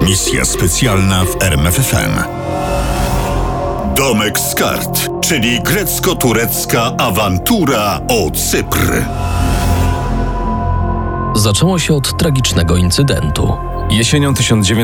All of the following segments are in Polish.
Misja specjalna w RMFFM. Domek z kart, czyli grecko-turecka awantura o Cypr. Zaczęło się od tragicznego incydentu. Jesienią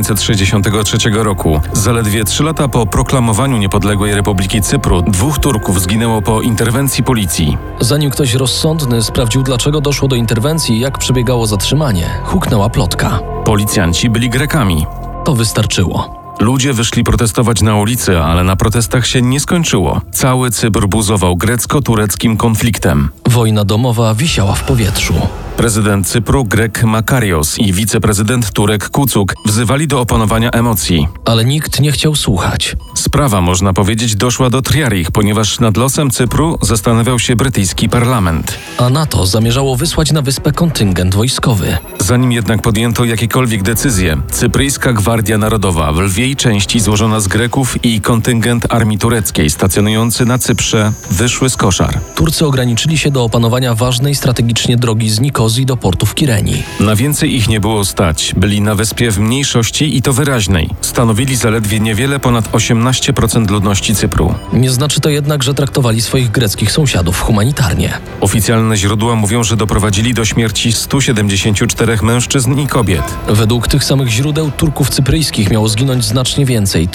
1963 roku, zaledwie 3 lata po proklamowaniu niepodległej Republiki Cypru, 2 Turków zginęło po interwencji policji. Zanim ktoś rozsądny sprawdził, dlaczego doszło do interwencji i jak przebiegało zatrzymanie, huknęła plotka. Policjanci byli Grekami. To wystarczyło. Ludzie wyszli protestować na ulicy, ale na protestach się nie skończyło. Cały Cypr buzował grecko-tureckim konfliktem. Wojna domowa wisiała w powietrzu. Prezydent Cypru Grek Makarios i wiceprezydent Turek Kucuk wzywali do opanowania emocji. Ale nikt nie chciał słuchać. Sprawa, można powiedzieć, doszła do triarich, ponieważ nad losem Cypru zastanawiał się brytyjski parlament. A NATO zamierzało wysłać na wyspę kontyngent wojskowy. Zanim jednak podjęto jakiekolwiek decyzje, Cypryjska Gwardia Narodowa, w lwiej części złożona z Greków i kontyngent armii tureckiej stacjonujący na Cyprze, wyszły z koszar. Turcy ograniczyli się do opanowania ważnej strategicznie drogi z Nikozji do portu w Kireni. Na więcej ich nie było stać. Byli na wyspie w mniejszości i to wyraźnej. Stanowili zaledwie niewiele ponad 18% ludności Cypru. Nie znaczy to jednak, że traktowali swoich greckich sąsiadów humanitarnie. Oficjalne źródła mówią, że doprowadzili do śmierci 174 mężczyzn i kobiet. Według tych samych źródeł Turków cypryjskich miało zginąć znacznie więcej –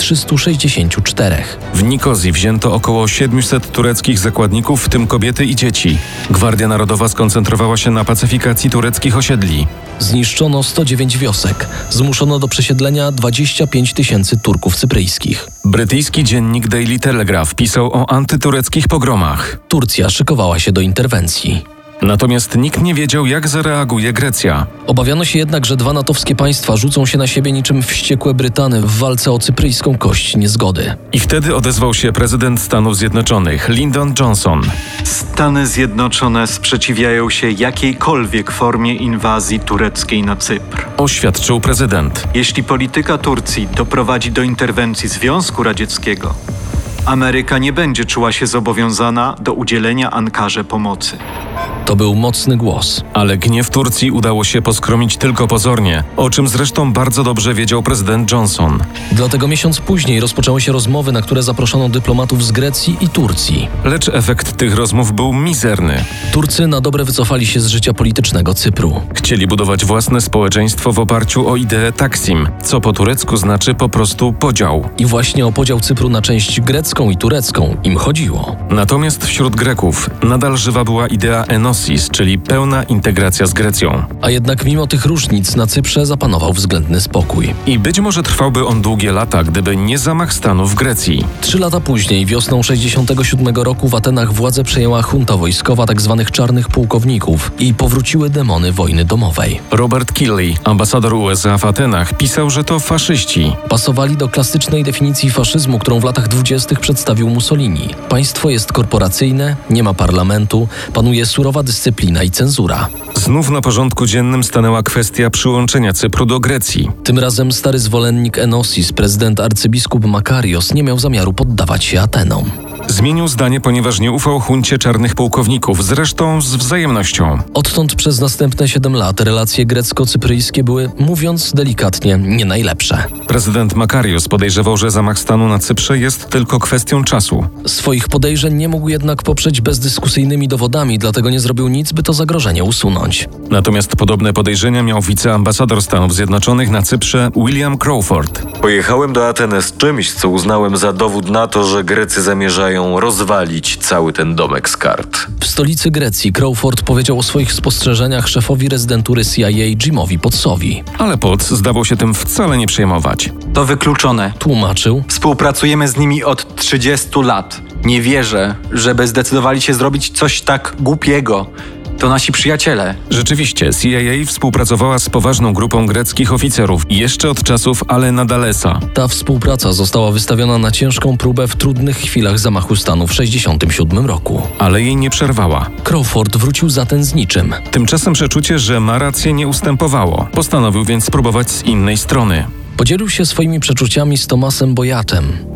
364. W Nikozji wzięto około 700 tureckich zakładników, w tym kobiety i dzieci. Gwardia Narodowa skoncentrowała się na pacyfikacji tureckich osiedli. Zniszczono 109 wiosek. Zmuszono do przesiedlenia 25 000 Turków cypryjskich. Brytyjski dziennik Daily Telegraph pisał o antytureckich pogromach. Turcja szykowała się do interwencji. Natomiast nikt nie wiedział, jak zareaguje Grecja. Obawiano się jednak, że 2 natowskie państwa rzucą się na siebie niczym wściekłe Brytany w walce o cypryjską kość niezgody. I wtedy odezwał się prezydent Stanów Zjednoczonych, Lyndon Johnson. Stany Zjednoczone sprzeciwiają się jakiejkolwiek formie inwazji tureckiej na Cypr. Oświadczył prezydent. Jeśli polityka Turcji doprowadzi do interwencji Związku Radzieckiego, Ameryka nie będzie czuła się zobowiązana do udzielenia Ankarze pomocy. To był mocny głos. Ale gniew Turcji udało się poskromić tylko pozornie, o czym zresztą bardzo dobrze wiedział prezydent Johnson. Dlatego miesiąc później rozpoczęły się rozmowy, na które zaproszono dyplomatów z Grecji i Turcji. Lecz efekt tych rozmów był mizerny. Turcy na dobre wycofali się z życia politycznego Cypru. Chcieli budować własne społeczeństwo w oparciu o ideę Taksim, co po turecku znaczy po prostu podział. I właśnie o podział Cypru na część grecką i turecką im chodziło. Natomiast wśród Greków nadal żywa była idea Enosis, czyli pełna integracja z Grecją. A jednak mimo tych różnic na Cyprze zapanował względny spokój. I być może trwałby on długie lata, gdyby nie zamach stanu w Grecji. 3 lata później, wiosną 67 roku w Atenach władzę przejęła junta wojskowa tzw. czarnych pułkowników i powróciły demony wojny domowej. Robert Killey, ambasador USA w Atenach, pisał, że to faszyści. Pasowali do klasycznej definicji faszyzmu, którą w latach 20. przedstawił Mussolini. Państwo jest korporacyjne, nie ma parlamentu, panuje surowa dyscyplina i cenzura. Znów na porządku dziennym stanęła kwestia przyłączenia Cypru do Grecji. Tym razem stary zwolennik Enosis, prezydent arcybiskup Makarios, nie miał zamiaru poddawać się Atenom. Zmienił zdanie, ponieważ nie ufał huncie czarnych pułkowników, zresztą z wzajemnością. Odtąd przez następne 7 lat relacje grecko-cypryjskie były, mówiąc delikatnie, nie najlepsze. Prezydent Makarios podejrzewał, że zamach stanu na Cyprze jest tylko kwestią czasu. Swoich podejrzeń nie mógł jednak poprzeć bezdyskusyjnymi dowodami, dlatego nie zrobił nic, by to zagrożenie usunąć. Natomiast podobne podejrzenia miał wiceambasador Stanów Zjednoczonych na Cyprze William Crawford. Pojechałem do Aten z czymś, co uznałem za dowód na to, że Grecy zamierzają rozwalić cały ten domek z kart. W stolicy Grecji Crawford powiedział o swoich spostrzeżeniach szefowi rezydentury CIA Jimowi Potsowi. Ale Potts zdawał się tym wcale nie przejmować. To wykluczone. Tłumaczył. Współpracujemy z nimi od 30 lat. Nie wierzę, żeby zdecydowali się zrobić coś tak głupiego. To nasi przyjaciele. Rzeczywiście, CIA współpracowała z poważną grupą greckich oficerów jeszcze od czasów Alena Dulesa. Ta współpraca została wystawiona na ciężką próbę w trudnych chwilach zamachu stanu w 1967 roku. Ale jej nie przerwała. Crawford wrócił zatem z niczym. Tymczasem przeczucie, że ma rację, nie ustępowało. Postanowił więc spróbować z innej strony. Podzielił się swoimi przeczuciami z Thomasem Boyatem.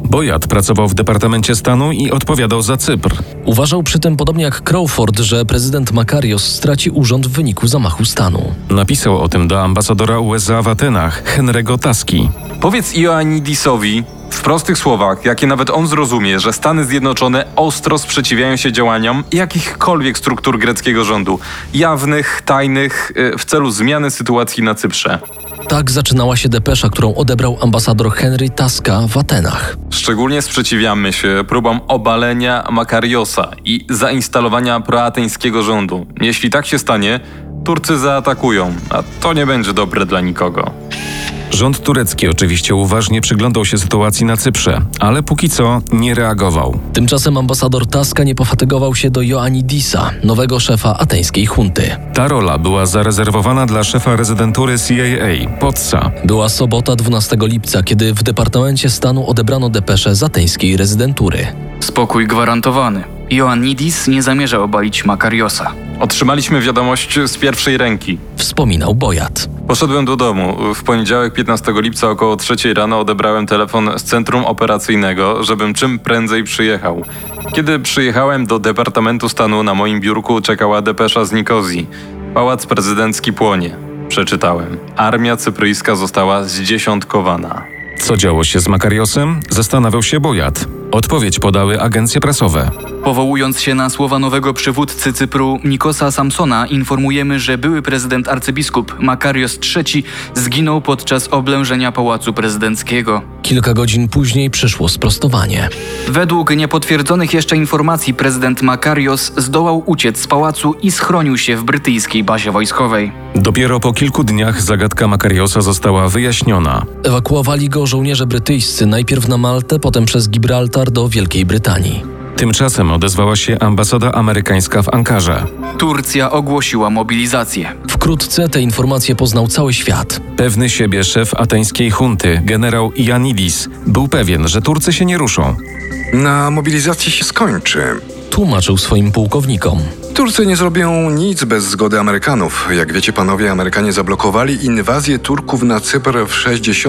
Boyat pracował w Departamencie Stanu i odpowiadał za Cypr. Uważał przy tym, podobnie jak Crawford, że prezydent Makarios straci urząd w wyniku zamachu stanu. Napisał o tym do ambasadora USA w Atenach, Henry'ego Taski. Powiedz Ioannidisowi w prostych słowach, jakie nawet on zrozumie, że Stany Zjednoczone ostro sprzeciwiają się działaniom jakichkolwiek struktur greckiego rządu, jawnych, tajnych, w celu zmiany sytuacji na Cyprze. Tak zaczynała się depesza, którą odebrał ambasador Henry Taska w Atenach. Szczególnie sprzeciwiamy się próbom obalenia Makariosa i zainstalowania proateńskiego rządu. Jeśli tak się stanie, Turcy zaatakują, a to nie będzie dobre dla nikogo. Rząd turecki oczywiście uważnie przyglądał się sytuacji na Cyprze, ale póki co nie reagował. Tymczasem ambasador Taska nie pofatygował się do Ioannidisa, nowego szefa ateńskiej hunty. Ta rola była zarezerwowana dla szefa rezydentury CIA, Potsa. Była sobota 12 lipca, kiedy w Departamencie Stanu odebrano depeszę z ateńskiej rezydentury. Spokój gwarantowany. Ioannidis nie zamierza obalić Makariosa. Otrzymaliśmy wiadomość z pierwszej ręki. Wspominał Boyat. Poszedłem do domu. W poniedziałek 15 lipca około 3 rano odebrałem telefon z centrum operacyjnego, żebym czym prędzej przyjechał. Kiedy przyjechałem do Departamentu Stanu, na moim biurku czekała depesza z Nikozji. Pałac prezydencki płonie. Przeczytałem. Armia cypryjska została zdziesiątkowana. Co działo się z Makariosem? Zastanawiał się Boyat. Odpowiedź podały agencje prasowe. Powołując się na słowa nowego przywódcy Cypru Nikosa Sampsona, informujemy, że były prezydent arcybiskup Makarios III zginął podczas oblężenia Pałacu Prezydenckiego. Kilka godzin później przyszło sprostowanie. Według niepotwierdzonych jeszcze informacji prezydent Makarios zdołał uciec z pałacu i schronił się w brytyjskiej bazie wojskowej. Dopiero po kilku dniach zagadka Makariosa została wyjaśniona. Ewakuowali go żołnierze brytyjscy najpierw na Maltę, potem przez Gibraltar do Wielkiej Brytanii. Tymczasem odezwała się ambasada amerykańska w Ankarze. Turcja ogłosiła mobilizację. Wkrótce te informacje poznał cały świat. Pewny siebie szef ateńskiej hunty, generał Ioannidis, był pewien, że Turcy się nie ruszą. Na mobilizacji się skończy. Tłumaczył swoim pułkownikom. Turcy nie zrobią nic bez zgody Amerykanów. Jak wiecie panowie, Amerykanie zablokowali inwazję Turków na Cypr w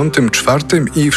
64 i w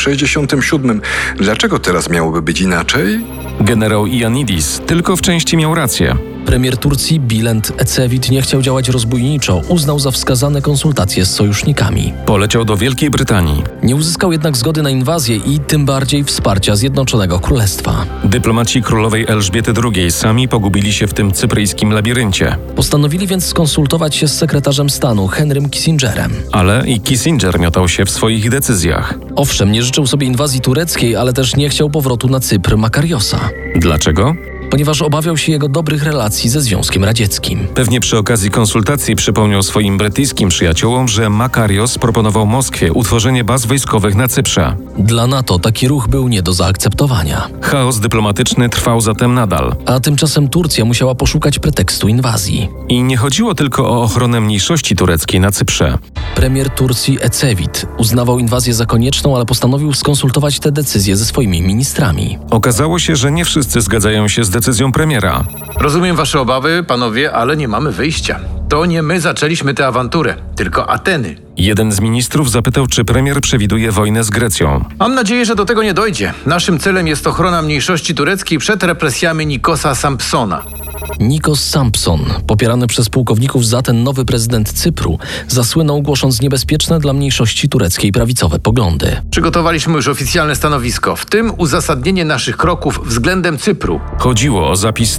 67. Dlaczego teraz miałoby być inaczej? Generał Ioannidis tylko w części miał rację. Premier Turcji Bülent Ecevit nie chciał działać rozbójniczo, uznał za wskazane konsultacje z sojusznikami. Poleciał do Wielkiej Brytanii. Nie uzyskał jednak zgody na inwazję i tym bardziej wsparcia Zjednoczonego Królestwa. Dyplomaci królowej Elżbiety II sami pogubili się w tym cypryjskim labiryncie. Postanowili więc skonsultować się z sekretarzem stanu Henrym Kissingerem. Ale i Kissinger miotał się w swoich decyzjach. Owszem, nie życzył sobie inwazji tureckiej, ale też nie chciał powrotu na Cypr Makariosa. Dlaczego? Ponieważ obawiał się jego dobrych relacji ze Związkiem Radzieckim. Pewnie przy okazji konsultacji przypomniał swoim brytyjskim przyjaciołom, że Makarios proponował Moskwie utworzenie baz wojskowych na Cyprze. Dla NATO taki ruch był nie do zaakceptowania. Chaos dyplomatyczny trwał zatem nadal. A tymczasem Turcja musiała poszukać pretekstu inwazji. I nie chodziło tylko o ochronę mniejszości tureckiej na Cyprze. Premier Turcji Ecevit uznawał inwazję za konieczną, ale postanowił skonsultować te decyzje ze swoimi ministrami. Okazało się, że nie wszyscy zgadzają się z decyzją premiera. Rozumiem wasze obawy, panowie, ale nie mamy wyjścia. To nie my zaczęliśmy tę awanturę, tylko Ateny. Jeden z ministrów zapytał, czy premier przewiduje wojnę z Grecją. Mam nadzieję, że do tego nie dojdzie. Naszym celem jest ochrona mniejszości tureckiej przed represjami Nikosa Sampsona. Nikos Sampson, popierany przez pułkowników z Aten nowy prezydent Cypru, zasłynął głosząc niebezpieczne dla mniejszości tureckiej prawicowe poglądy. Przygotowaliśmy już oficjalne stanowisko, w tym uzasadnienie naszych kroków względem Cypru. Chodziło o zapis z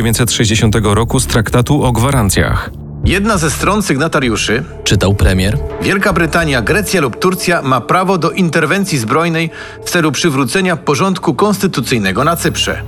1960 roku z traktatu o gwarancjach. Jedna ze stron sygnatariuszy, Czytał premier. Wielka Brytania, Grecja lub Turcja ma prawo do interwencji zbrojnej w celu przywrócenia porządku konstytucyjnego na Cyprze.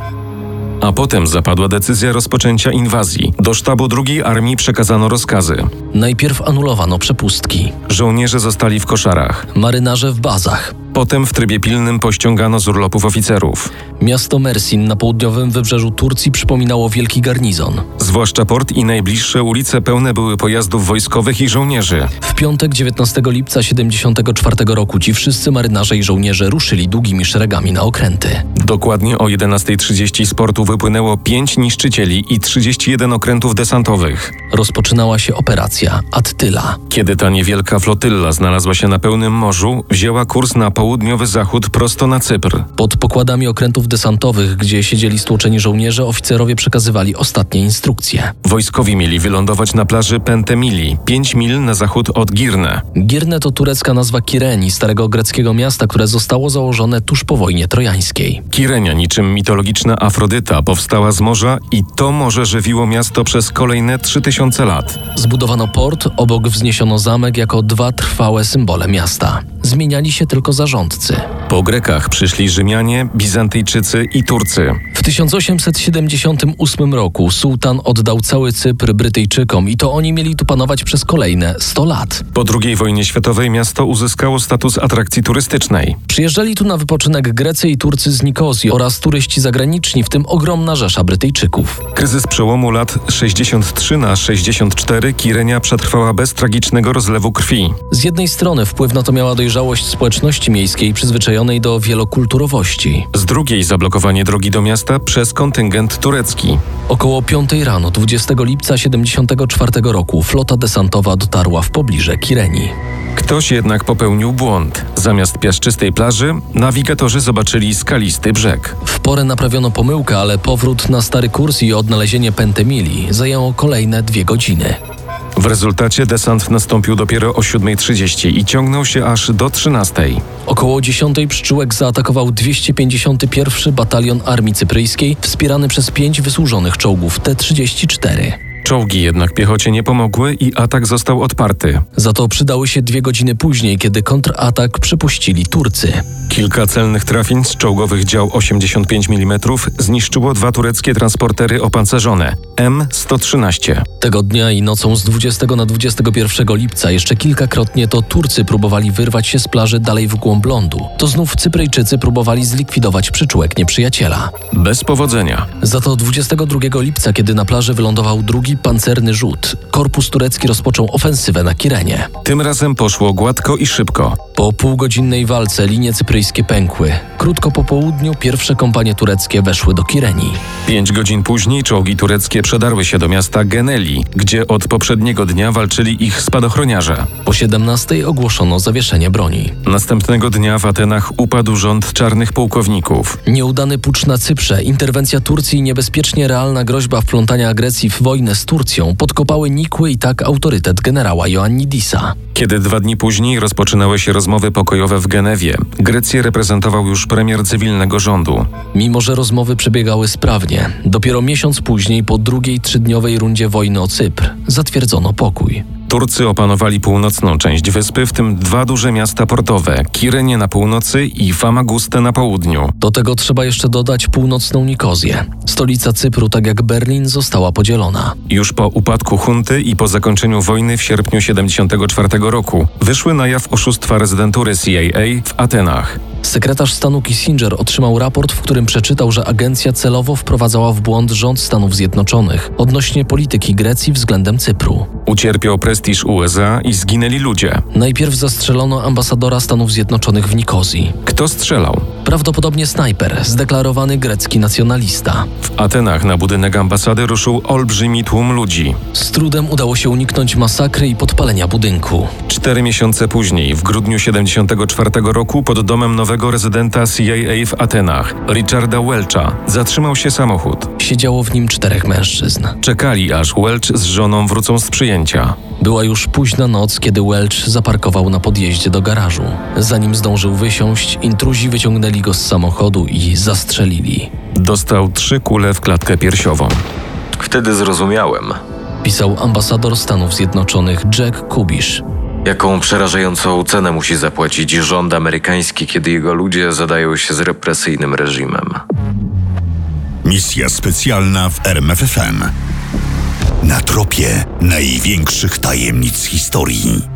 A potem zapadła decyzja rozpoczęcia inwazji. Do sztabu II Armii przekazano rozkazy. Najpierw anulowano przepustki. Żołnierze zostali w koszarach. Marynarze w bazach. Potem w trybie pilnym pościągano z urlopów oficerów. Miasto Mersin na południowym wybrzeżu Turcji przypominało wielki garnizon. Zwłaszcza port i najbliższe ulice pełne były pojazdów wojskowych i żołnierzy. W piątek 19 lipca 74 roku ci wszyscy marynarze i żołnierze ruszyli długimi szeregami na okręty. Dokładnie o 11:30 z portu wypłynęło 5 niszczycieli i 31 okrętów desantowych. Rozpoczynała się operacja Attyla. Kiedy ta niewielka flotylla znalazła się na pełnym morzu, wzięła kurs na południowy zachód prosto na Cypr. Pod pokładami okrętów desantowych, gdzie siedzieli stłoczeni żołnierze, oficerowie przekazywali ostatnie instrukcje. Wojskowi mieli wylądować na plaży Pentemili, 5 mil na zachód od Girne. Girne to turecka nazwa Kireni, starego greckiego miasta, które zostało założone tuż po wojnie trojańskiej. Kirenia, niczym mitologiczna Afrodyta, powstała z morza i to morze żywiło miasto przez kolejne 3000 lat. Zbudowano port, obok wzniesiono zamek jako 2 trwałe symbole miasta. Zmieniali się tylko zarządcy. Po Grekach przyszli Rzymianie, Bizantyjczycy i Turcy. W 1878 roku sułtan oddał cały Cypr Brytyjczykom i to oni mieli tu panować przez kolejne 100 lat. Po II wojnie światowej miasto uzyskało status atrakcji turystycznej. Przyjeżdżali tu na wypoczynek Grecy i Turcy z Nikozji oraz turyści zagraniczni, w tym ogromna rzesza Brytyjczyków. Kryzys przełomu lat 63 na 64 Kirenia przetrwała bez tragicznego rozlewu krwi. Z jednej strony wpływ na to miała dojrzałość społeczności miejskiej przyzwyczajonej do wielokulturowości. Z drugiej zablokowanie drogi do miasta przez kontyngent turecki. Około 5 rano 20 lipca 74 roku flota desantowa dotarła w pobliże Kireni. Ktoś jednak popełnił błąd. Zamiast piaszczystej plaży, nawigatorzy zobaczyli skalisty brzeg. W porę naprawiono pomyłkę, ale powrót na stary kurs i odnalezienie Pentemili zajęło kolejne 2 godziny. W rezultacie desant nastąpił dopiero o 7:30 i ciągnął się aż do 13:00. Około 10:00 Pszczółek zaatakował 251 Batalion Armii Cypryjskiej, wspierany przez 5 wysłużonych czołgów T-34. Czołgi jednak piechocie nie pomogły i atak został odparty. Za to przydały się 2 godziny później, kiedy kontratak przepuścili Turcy. Kilka celnych trafień z czołgowych dział 85 mm zniszczyło 2 tureckie transportery opancerzone M113. Tego dnia i nocą z 20 na 21 lipca jeszcze kilkakrotnie to Turcy próbowali wyrwać się z plaży dalej w głąb lądu. To znów Cypryjczycy próbowali zlikwidować przyczółek nieprzyjaciela. Bez powodzenia. Za to 22 lipca, kiedy na plaży wylądował drugi pancerny rzut, korpus turecki rozpoczął ofensywę na Kirenię. Tym razem poszło gładko i szybko. Po półgodzinnej walce linie cypryjskie pękły. Krótko po południu pierwsze kompanie tureckie weszły do Kirenii. 5 godzin później czołgi tureckie przedarły się do miasta Geneli, gdzie od poprzedniego dnia walczyli ich spadochroniarze. Po 17:00 ogłoszono zawieszenie broni. Następnego dnia w Atenach upadł rząd czarnych pułkowników. Nieudany pucz na Cyprze, interwencja Turcji i niebezpiecznie realna groźba wplątania Grecji w wojnę z Turcją podkopały nikły i tak autorytet generała Ioannidisa. Kiedy 2 dni później rozpoczynały się rozmowy pokojowe w Genewie, Grecję reprezentował już premier cywilnego rządu. Mimo że rozmowy przebiegały sprawnie, dopiero miesiąc później, po drugiej 3-dniowej rundzie wojny o Cypr, zatwierdzono pokój. Turcy opanowali północną część wyspy, w tym 2 duże miasta portowe, Kirenię na północy i Famagustę na południu. Do tego trzeba jeszcze dodać północną Nikozję. Stolica Cypru, tak jak Berlin, została podzielona. Już po upadku hunty i po zakończeniu wojny w sierpniu 1974 roku wyszły na jaw oszustwa rezydentury CIA w Atenach. Sekretarz stanu Kissinger otrzymał raport, w którym przeczytał, że agencja celowo wprowadzała w błąd rząd Stanów Zjednoczonych odnośnie polityki Grecji względem Cypru. Ucierpiał prestiż USA i zginęli ludzie. Najpierw zastrzelono ambasadora Stanów Zjednoczonych w Nikozji. Kto strzelał? Prawdopodobnie snajper, zdeklarowany grecki nacjonalista. W Atenach na budynek ambasady ruszył olbrzymi tłum ludzi. Z trudem udało się uniknąć masakry i podpalenia budynku. 4 miesiące później, w grudniu 1974 roku, pod domem nowego rezydenta CIA w Atenach, Richarda Welcha, zatrzymał się samochód. Siedziało w nim 4 mężczyzn. Czekali, aż Welch z żoną wrócą z przyjęcia. Była już późna noc, kiedy Welch zaparkował na podjeździe do garażu. Zanim zdążył wysiąść, intruzi wyciągnęli go z samochodu i zastrzelili. Dostał 3 kule w klatkę piersiową. Wtedy zrozumiałem, Pisał ambasador Stanów Zjednoczonych Jack Kubisz. jaką przerażającą cenę musi zapłacić rząd amerykański, kiedy jego ludzie zadają się z represyjnym reżimem. Misja specjalna w RMFFM. Na tropie największych tajemnic historii.